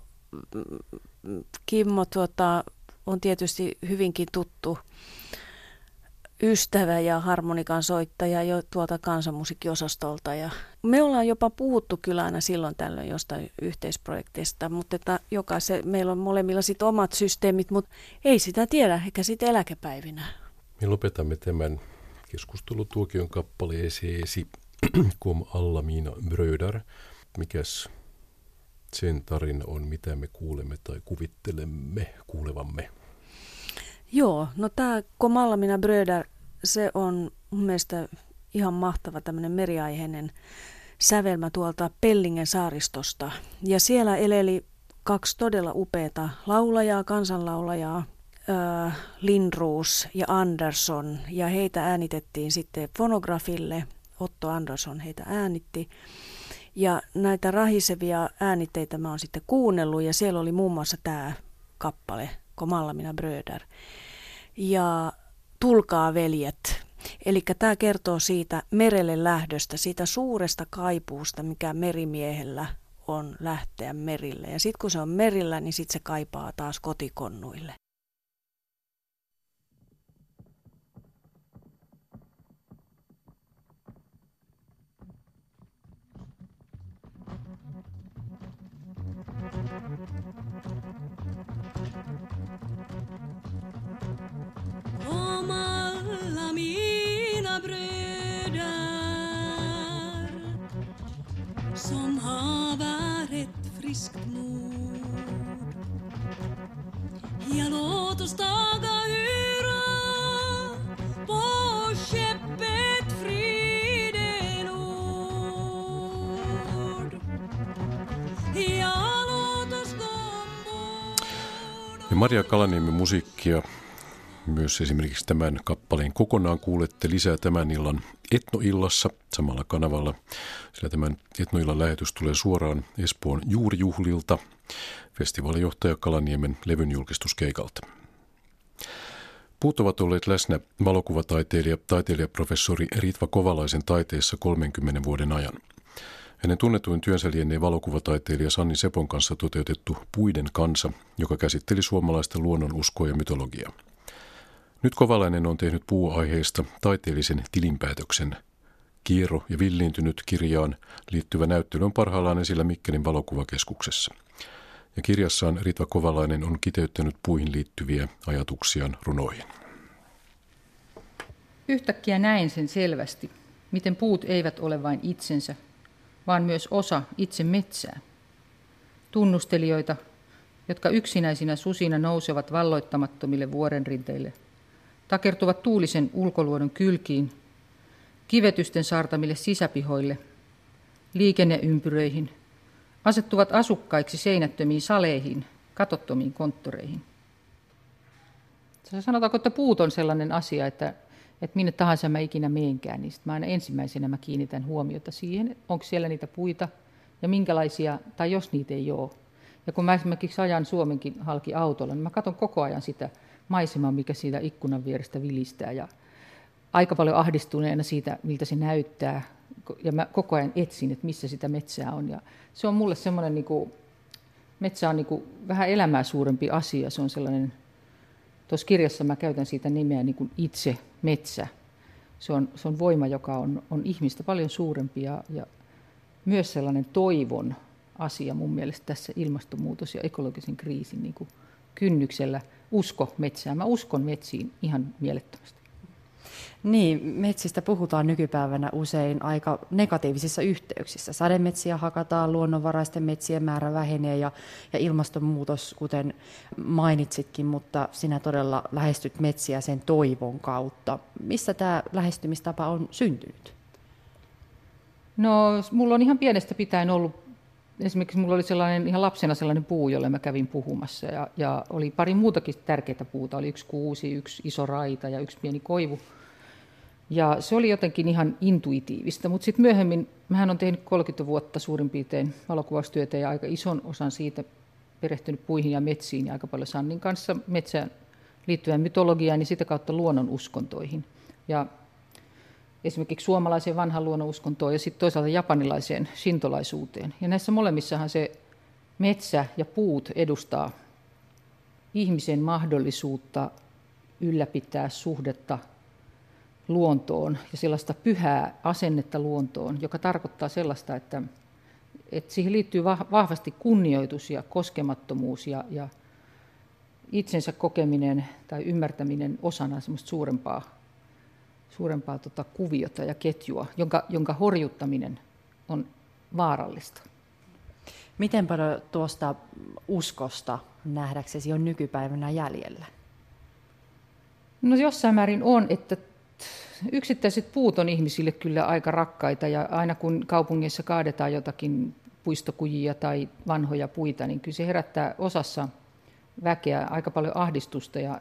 Kimmo tuota, on tietysti hyvinkin tuttu ystävä ja harmonikan soittaja jo tuolta kansanmusiikkiosastolta. Ja me ollaan jopa puhuttu kyllä aina silloin tällöin jostain yhteisprojekteista, mutta että jokaisen, meillä on molemmilla sit omat systeemit, mutta ei sitä tiedä, eikä sitten eläkepäivinä. Me lopetamme tämän keskustelutuokion kappaleeseesi Kom alla mina bröder. Mikäs sen tarina on, mitä me kuulemme tai kuvittelemme kuulevamme? Joo, no tämä Kom alla mina bröder, se on mun mielestä ihan mahtava tämmöinen meriaiheinen sävelmä tuolta Pellingen saaristosta. Ja siellä eleli kaksi todella upeata laulajaa, kansanlaulajaa, äh, Lindroos ja Andersson. Ja heitä äänitettiin sitten fonografille. Otto Andersson heitä äänitti. Ja näitä rahisevia äänitteitä mä oon sitten kuunnellut ja siellä oli muun muassa tämä kappale, Kom alla mina bröder. Ja Tulkaa veljet. Eli tämä kertoo siitä merelle lähdöstä, siitä suuresta kaipuusta, mikä merimiehellä on lähteä merille. Ja sitten kun se on merillä, niin sitten se kaipaa taas kotikonnuille. Kom alla mina bröder som haver ett friskt mod ja låt oss taga hyra på skeppet Fridenoord ja låt oss gå ombord. Ja Maria Kalaniemen musiikkia myös esimerkiksi tämän kappaleen kokonaan kuulette lisää tämän illan Etnoillassa samalla kanavalla, sillä tämän Etnoillan lähetys tulee suoraan Espoon Juurijuhlilta, festivaalijohtaja Kalaniemen levyn julkistuskeikalta. Puut ovat olleet läsnä valokuvataiteilija, taiteilijaprofessori Ritva Kovalaisen taiteessa kolmenkymmenen vuoden ajan. Hänen tunnetuin työnsä lienee valokuvataiteilija Sanni Sepon kanssa toteutettu Puiden kansa, joka käsitteli suomalaista luonnonuskoa ja mytologiaa. Nyt Kovalainen on tehnyt puuaiheesta taiteellisen tilinpäätöksen. Kiero ja villiintynyt kirjaan liittyvä näyttely on parhaillaan esillä Mikkelin valokuvakeskuksessa. Ja kirjassaan Ritva Kovalainen on kiteyttänyt puihin liittyviä ajatuksiaan runoihin. Yhtäkkiä näin sen selvästi, miten puut eivät ole vain itsensä, vaan myös osa itse metsää. tunnustelijoita, jotka yksinäisinä susina nousevat valloittamattomille vuorenrinteille, takertuvat tuulisen ulkoluodon kylkiin, kivetysten saartamille sisäpihoille, liikenneympyröihin, asettuvat asukkaiksi seinättömiin saleihin, katottomiin konttoreihin. Sanotaanko, että puut on sellainen asia, että, että minne tahansa mä ikinä meenkään, niin mä aina ensimmäisenä mä kiinnitän huomiota siihen, onko siellä niitä puita ja minkälaisia, tai jos niitä ei ole. Ja kun mä esimerkiksi ajan Suomenkin halki autolla, niin mä katson koko ajan sitä maisemaa, mikä siitä ikkunan vierestä vilistää. Ja aika paljon ahdistuneena siitä, miltä se näyttää. Ja mä koko ajan etsin, että missä sitä metsää on. Ja se on mulle semmoinen, niin kuin, metsä on niin kuin vähän elämää suurempi asia. Se on sellainen, tuossa kirjassa mä käytän siitä nimeä niin kuin itse metsä. Se on, se on voima, joka on, on ihmistä paljon suurempi ja, ja myös sellainen toivon asia mun mielestä tässä ilmastonmuutos- ja ekologisen kriisin niin kuin kynnyksellä. Usko metsään. Mä uskon metsiin ihan mielettömästi. Niin, metsistä puhutaan nykypäivänä usein aika negatiivisissa yhteyksissä. Sademetsiä hakataan, luonnonvaraisten metsien määrä vähenee ja, ja ilmastonmuutos, kuten mainitsitkin, mutta sinä todella lähestyt metsiä sen toivon kautta. Missä tämä lähestymistapa on syntynyt? No, mulla on ihan pienestä pitäen ollut, esimerkiksi mulla oli sellainen, ihan lapsena sellainen puu, jolle mä kävin puhumassa ja, ja oli pari muutakin tärkeää puuta. Oli yksi kuusi, yksi iso raita ja yksi pieni koivu. Ja se oli jotenkin ihan intuitiivista, mutta sitten myöhemmin, mähän olen tehnyt kolmekymmentä vuotta suurin piirtein valokuvaustyötä ja aika ison osan siitä perehtynyt puihin ja metsiin ja aika paljon Sannin kanssa metsään liittyvään mytologiaan ja sitä kautta luonnonuskontoihin. Ja esimerkiksi suomalaiseen vanhaan luonnonuskontoon ja sitten toisaalta japanilaiseen shintolaisuuteen. Ja näissä molemmissahan se metsä ja puut edustaa ihmisen mahdollisuutta ylläpitää suhdetta luontoon ja sellaista pyhää asennetta luontoon, joka tarkoittaa sellaista, että, että siihen liittyy vahvasti kunnioitus ja koskemattomuus ja, ja itsensä kokeminen tai ymmärtäminen osana semmoista suurempaa, suurempaa tota kuviota ja ketjua, jonka, jonka horjuttaminen on vaarallista. Miten paljon tuosta uskosta nähdäksesi on nykypäivänä jäljellä? No jossain määrin on, että yksittäiset puut on ihmisille kyllä aika rakkaita ja aina kun kaupungeissa kaadetaan jotakin puistokujia tai vanhoja puita, niin kyllä se herättää osassa väkeä aika paljon ahdistusta. Ja,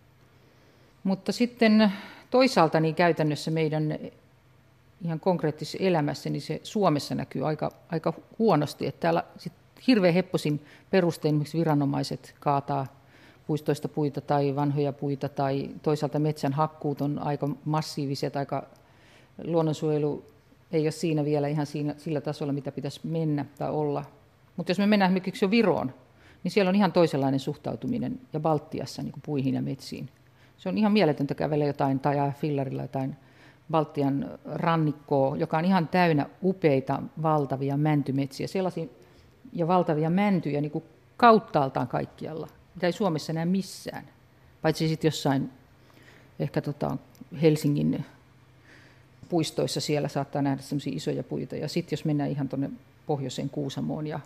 mutta sitten toisaalta niin käytännössä meidän ihan konkreettisessa elämässä niin se Suomessa näkyy aika, aika huonosti. Että täällä sit hirveän hepposin perustein esimerkiksi viranomaiset kaataa puistoista puita tai vanhoja puita tai toisaalta metsän hakkuut on aika massiiviset, aika luonnonsuojelu ei ole siinä vielä ihan siinä, sillä tasolla, mitä pitäisi mennä tai olla. Mutta jos me mennään esimerkiksi jo Viroon, niin siellä on ihan toisenlainen suhtautuminen ja Baltiassa niin kuin puihin ja metsiin. Se on ihan mieletöntä kävellä jotain tai ajaa fillarilla jotain Baltian rannikkoa, joka on ihan täynnä upeita valtavia mäntymetsiä sellaisia, ja valtavia mäntyjä niin kuin kauttaaltaan kaikkialla. Mitä ei Suomessa näe missään, paitsi sitten jossain ehkä tota Helsingin puistoissa siellä saattaa nähdä semmoisia isoja puita. Ja sitten jos mennään ihan tuonne pohjoiseen Kuusamoon ja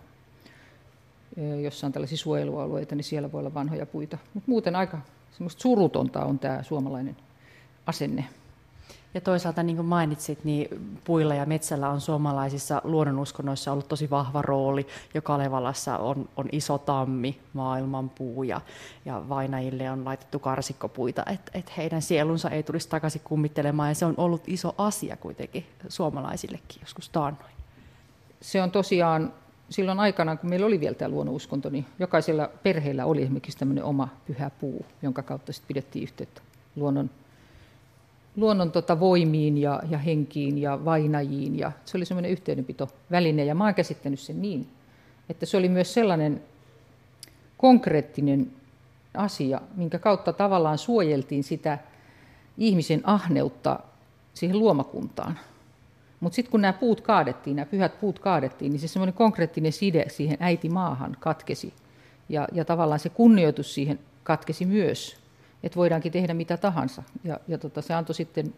jossa on tällaisia suojelualueita, niin siellä voi olla vanhoja puita. Mutta muuten aika semmoista surutonta on tämä suomalainen asenne. Ja toisaalta, niin kuin mainitsit, niin puilla ja metsällä on suomalaisissa luonnonuskonnoissa ollut tosi vahva rooli. Jo Kalevalassa on, on iso tammi, maailmanpuu, ja, ja vainajille on laitettu karsikkopuita, että et heidän sielunsa ei tulisi takaisin kummittelemaan. Ja se on ollut iso asia kuitenkin suomalaisillekin joskus taannoin. Se on tosiaan, silloin aikanaan, kun meillä oli vielä tämä luonnonuskonto, niin jokaisella perheellä oli esimerkiksi tämmöinen oma pyhä puu, jonka kautta sitten pidettiin yhteyttä luonnon luonnon tota voimiin ja, ja henkiin ja vainajiin. Ja se oli semmoinen yhteydenpitoväline ja mä oon käsittänyt sen niin, että se oli myös sellainen konkreettinen asia, minkä kautta tavallaan suojeltiin sitä ihmisen ahneutta siihen luomakuntaan. Mutta sitten kun nämä puut kaadettiin, nämä pyhät puut kaadettiin, niin se semmoinen konkreettinen side siihen äitimaahan katkesi. Ja, ja tavallaan se kunnioitus siihen katkesi myös. Että voidaankin tehdä mitä tahansa. Ja, ja tota, se antoi sitten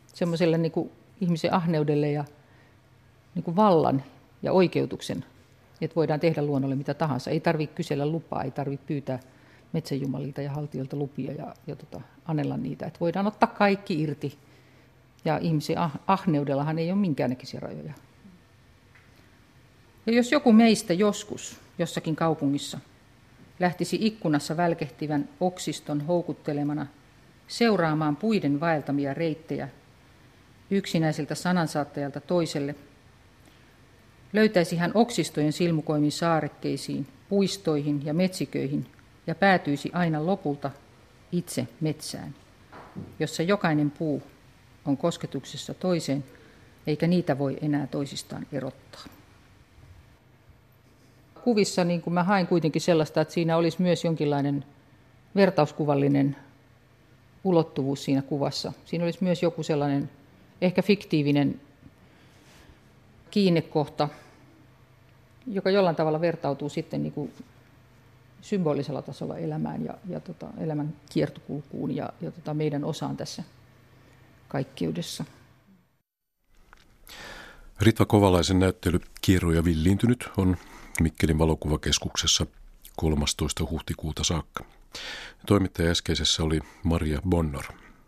semmoiselle niin kuin ihmisen ahneudelle ja niin kuin vallan ja oikeutuksen Että voidaan tehdä luonnolle mitä tahansa. Ei tarvitse kysellä lupaa, ei tarvitse pyytää metsäjumalilta ja haltijoilta lupia ja, ja tota, annella niitä. Että voidaan ottaa kaikki irti. Ja ihmisen ah- ahneudellahan ei ole minkäännäköisiä rajoja. Ja jos joku meistä joskus jossakin kaupungissa lähtisi ikkunassa välkehtivän oksiston houkuttelemana seuraamaan puiden vaeltamia reittejä yksinäiseltä sanansaattajalta toiselle, löytäisi hän oksistojen silmukoimin saarekkeisiin, puistoihin ja metsiköihin ja päätyisi aina lopulta itse metsään, jossa jokainen puu on kosketuksessa toiseen, eikä niitä voi enää toisistaan erottaa. Kuvissa niin kuin mä hain kuitenkin sellaista, että siinä olisi myös jonkinlainen vertauskuvallinen ulottuvuus siinä kuvassa. Siinä olisi myös joku sellainen ehkä fiktiivinen kiinnekohta, joka jollain tavalla vertautuu sitten niin kuin symbolisella tasolla elämään ja, ja tota, elämän kiertokulkuun ja, ja tota meidän osaan tässä kaikkeudessa. Ritva Kovalaisen näyttely Kierro ja villiintynyt on Mikkelin valokuvakeskuksessa kolmastoista huhtikuuta saakka. Toimittaja äskeisessä oli Maria Bonnor.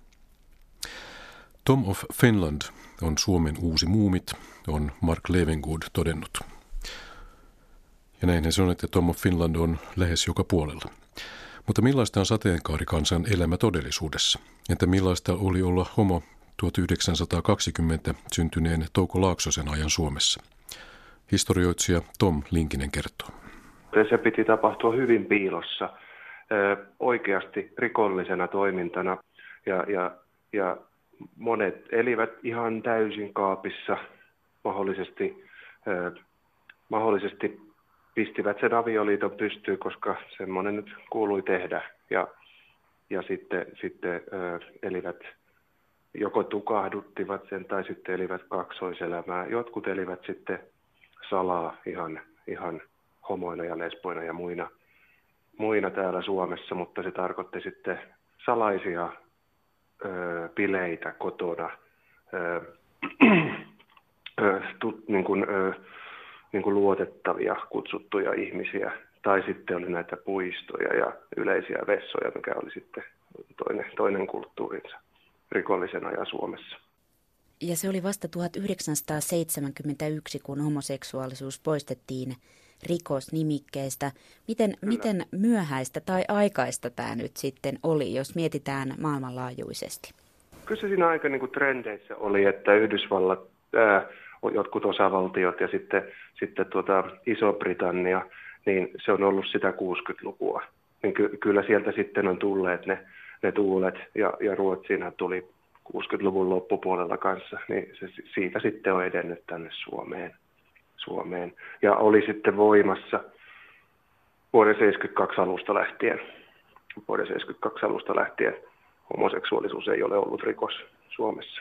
Tom of Finland on Suomen uusi muumit, on Mark Levengood todennut. Ja näinhän se on, että Tom of Finland on lähes joka puolella. Mutta millaista on sateenkaarikansan elämä todellisuudessa? Entä millaista oli olla homo tuhatyhdeksänsataakaksikymmentä syntyneen Touko Laaksosen ajan Suomessa? Historioitsija Tom Linkinen kertoo. Se piti tapahtua hyvin piilossa, oikeasti rikollisena toimintana ja, ja, ja monet elivät ihan täysin kaapissa, mahdollisesti, mahdollisesti pistivät sen avioliiton pystyyn, koska semmoinen nyt kuului tehdä ja, ja sitten, sitten elivät, joko tukahduttivat sen tai sitten elivät kaksoiselämää. Jotkut elivät sitten salaa ihan, ihan homoina ja lesboina ja muina, muina täällä Suomessa, mutta se tarkoitti sitten salaisia ö, bileitä kotona, ö, ö, tut, niin kuin, ö, niin kuin luotettavia kutsuttuja ihmisiä, tai sitten oli näitä puistoja ja yleisiä vessoja, mikä oli sitten toinen, toinen kulttuurinsa rikollisena ja Suomessa. Ja se oli vasta tuhatyhdeksänsataaseitsemänkymmentäyksi, kun homoseksuaalisuus poistettiin rikosnimikkeestä. Miten, miten myöhäistä tai aikaista tämä nyt sitten oli, jos mietitään maailmanlaajuisesti? Kyllä se siinä aika niin kuin trendeissä oli, että Yhdysvallat, ää, jotkut osavaltiot ja sitten, sitten tuota Iso-Britannia, niin se on ollut sitä kuusikymmentälukua. Niin ky, kyllä sieltä sitten on tulleet ne, ne tuulet ja, ja Ruotsiinhan tuli kuusikymmentäluvun loppupuolella kanssa, niin se siitä sitten on edennyt tänne Suomeen. Suomeen. Ja oli sitten voimassa vuoden seitsemänkymmentäkaksi alusta lähtien. Vuoden seitsemänkymmentäkaksi alusta lähtien homoseksuaalisuus ei ole ollut rikos Suomessa.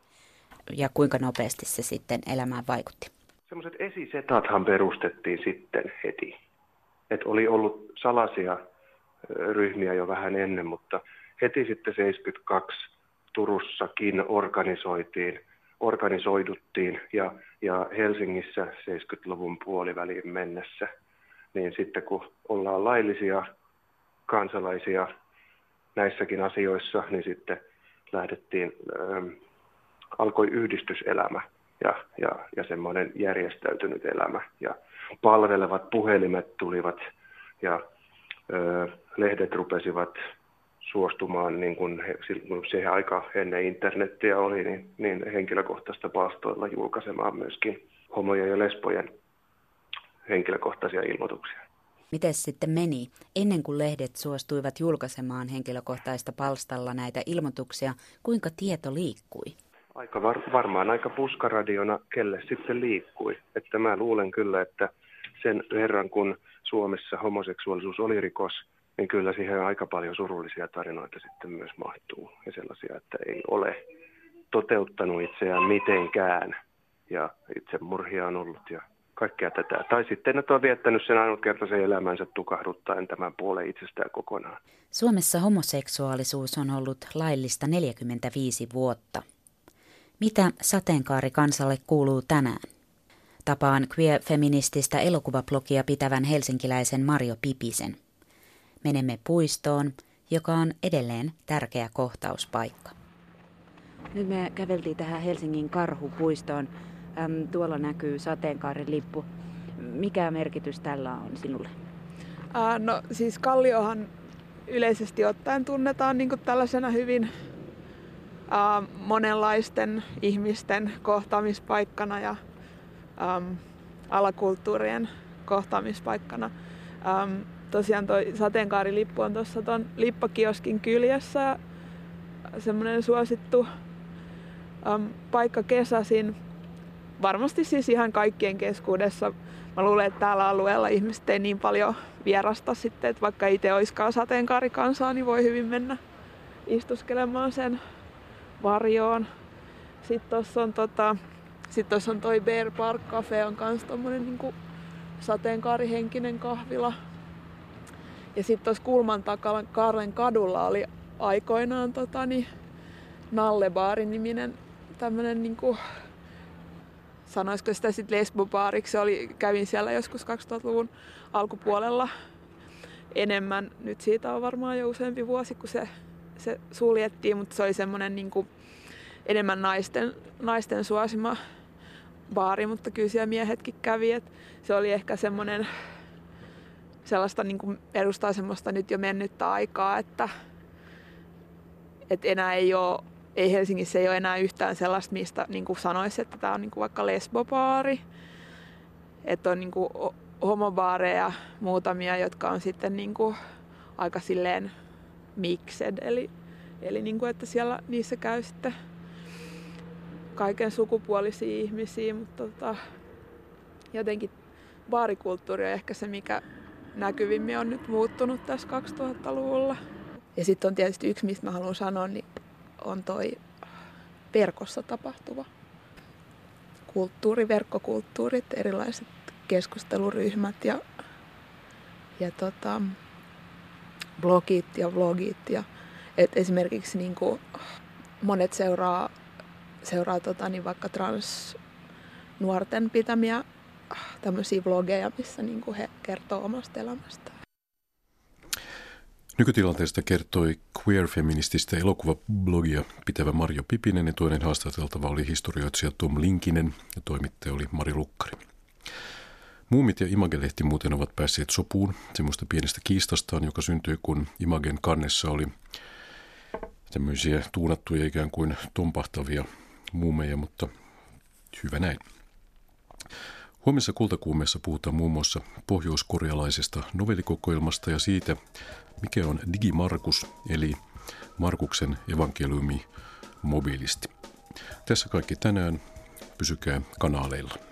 Ja kuinka nopeasti se sitten elämään vaikutti? Semmoiset esisetathan perustettiin sitten heti. Et oli ollut salaisia ryhmiä jo vähän ennen, mutta heti sitten seitsemänkymmentäkaksi Turussakin organisoitiin, organisoiduttiin ja, ja Helsingissä seitsemänkymmentäluvun puoliväliin mennessä, niin sitten kun ollaan laillisia kansalaisia näissäkin asioissa, niin sitten lähdettiin, ähm, alkoi yhdistyselämä ja, ja, ja semmoinen järjestäytynyt elämä ja palvelevat puhelimet tulivat ja äh, lehdet rupesivat suostumaan, niin kuin he, siihen aika ennen internettiä oli, niin, niin henkilökohtaista palstoilla julkaisemaan myöskin homojen ja lesbojen henkilökohtaisia ilmoituksia. Miten sitten meni? Ennen kuin lehdet suostuivat julkaisemaan henkilökohtaista palstalla näitä ilmoituksia, kuinka tieto liikkui? Aika var, varmaan aika puskaradiona, kelle sitten liikkui. Että mä luulen kyllä, että sen verran kun Suomessa homoseksuaalisuus oli rikos, niin kyllä siihen aika paljon surullisia tarinoita sitten myös mahtuu. Ja sellaisia, että ei ole toteuttanut itseään mitenkään. Ja itsemurhia on ollut ja kaikkea tätä. Tai sitten ne on viettänyt sen ainutkertaisen elämänsä tukahduttaen tämän puolen itsestään kokonaan. Suomessa homoseksuaalisuus on ollut laillista neljäkymmentäviisi vuotta. Mitä sateenkaarikansalle kuuluu tänään? Tapaan queer-feminististä elokuvablogia pitävän helsinkiläisen Marjo Pipisen. Menemme puistoon, joka on edelleen tärkeä kohtauspaikka. Nyt me käveltiin tähän Helsingin Karhupuistoon. Äm, tuolla näkyy sateenkaaren lippu. Mikä merkitys tällä on sinulle? Äh, no siis Kalliohan yleisesti ottaen tunnetaan niin kuin tällaisena hyvin äh, monenlaisten ihmisten kohtaamispaikkana ja ähm, alakulttuurien kohtaamispaikkana. Ähm, tosiaan toi sateenkaarilippu on tuossa ton lippakioskin kyljessä ja semmoinen suosittu ähm, paikka kesäisin. Varmasti siis ihan kaikkien keskuudessa. Mä luulen, että täällä alueella ihmiset ei niin paljon vierasta sitten, että vaikka itse olisikaan sateenkaarikansaa, niin voi hyvin mennä istuskelemaan sen varjoon. Sitten tuossa on, tota, sit on toi Bear Park Cafe, on kans tommonen niinku sateenkaarihenkinen kahvila. Ja sitten tuossa kulman takana Kaarlen kadulla oli aikoinaan tota, niin Nallebaarin niminen tämmönen niinku, sanoisiko sitä sitten lesbobaariksi, oli, kävin siellä joskus kaksituhattaluvun alkupuolella enemmän. Nyt siitä on varmaan jo useampi vuosi, kun se, se suljettiin, mutta se oli semmoinen niinku enemmän naisten, naisten suosima baari, mutta kyllä siellä miehetkin kävi. Et se oli ehkä semmoinen, sellaista niinku edustaa semmoista nyt jo mennyttä aikaa, että et enää ei ole Ei Helsingissä ei ole enää yhtään sellaista, mistä niin kuin sanoisi, että tämä on niin kuin vaikka lesbobaari. Että on niin kuin homobaareja muutamia, jotka on sitten niin kuin aika silleen mixed. Eli, eli niin kuin, että siellä niissä käy sitten kaiken sukupuolisia ihmisiä. Mutta tota, jotenkin baarikulttuuri on ehkä se, mikä näkyvimmin on nyt muuttunut tässä kaksituhattaluvulla. Ja sitten on tietysti yksi, mistä mä haluan sanoa, niin on toi verkossa tapahtuva kulttuuri, verkkokulttuurit, erilaiset keskusteluryhmät ja, ja tota, blogit ja vlogit. Ja, et esimerkiksi niin kuin monet seuraa, seuraa tota, niin vaikka transnuorten pitämiä tämmöisiä vlogeja, missä niin kuin he kertoo omasta elämästään. Nykytilanteesta kertoi queer-feminististä elokuvablogia pitävä Marjo Pipinen ja toinen haastateltava oli historioitsija Tom Linkinen ja toimittaja oli Mari Lukkari. Muumit ja Image-lehti muuten ovat päässeet sopuun semmoista pienestä kiistastaan, joka syntyi, kun Imagen kannessa oli tämmöisiä tuunattuja ikään kuin tompahtavia muumeja, mutta hyvä näin. Huomisessa Kultakuumeessa puhutaan muun muassa pohjoiskorealaisesta novellikokoelmasta ja siitä, mikä on Digimarkus, eli Markuksen evankeliumi mobiilisti. Tässä kaikki tänään. Pysykää kanaaleilla.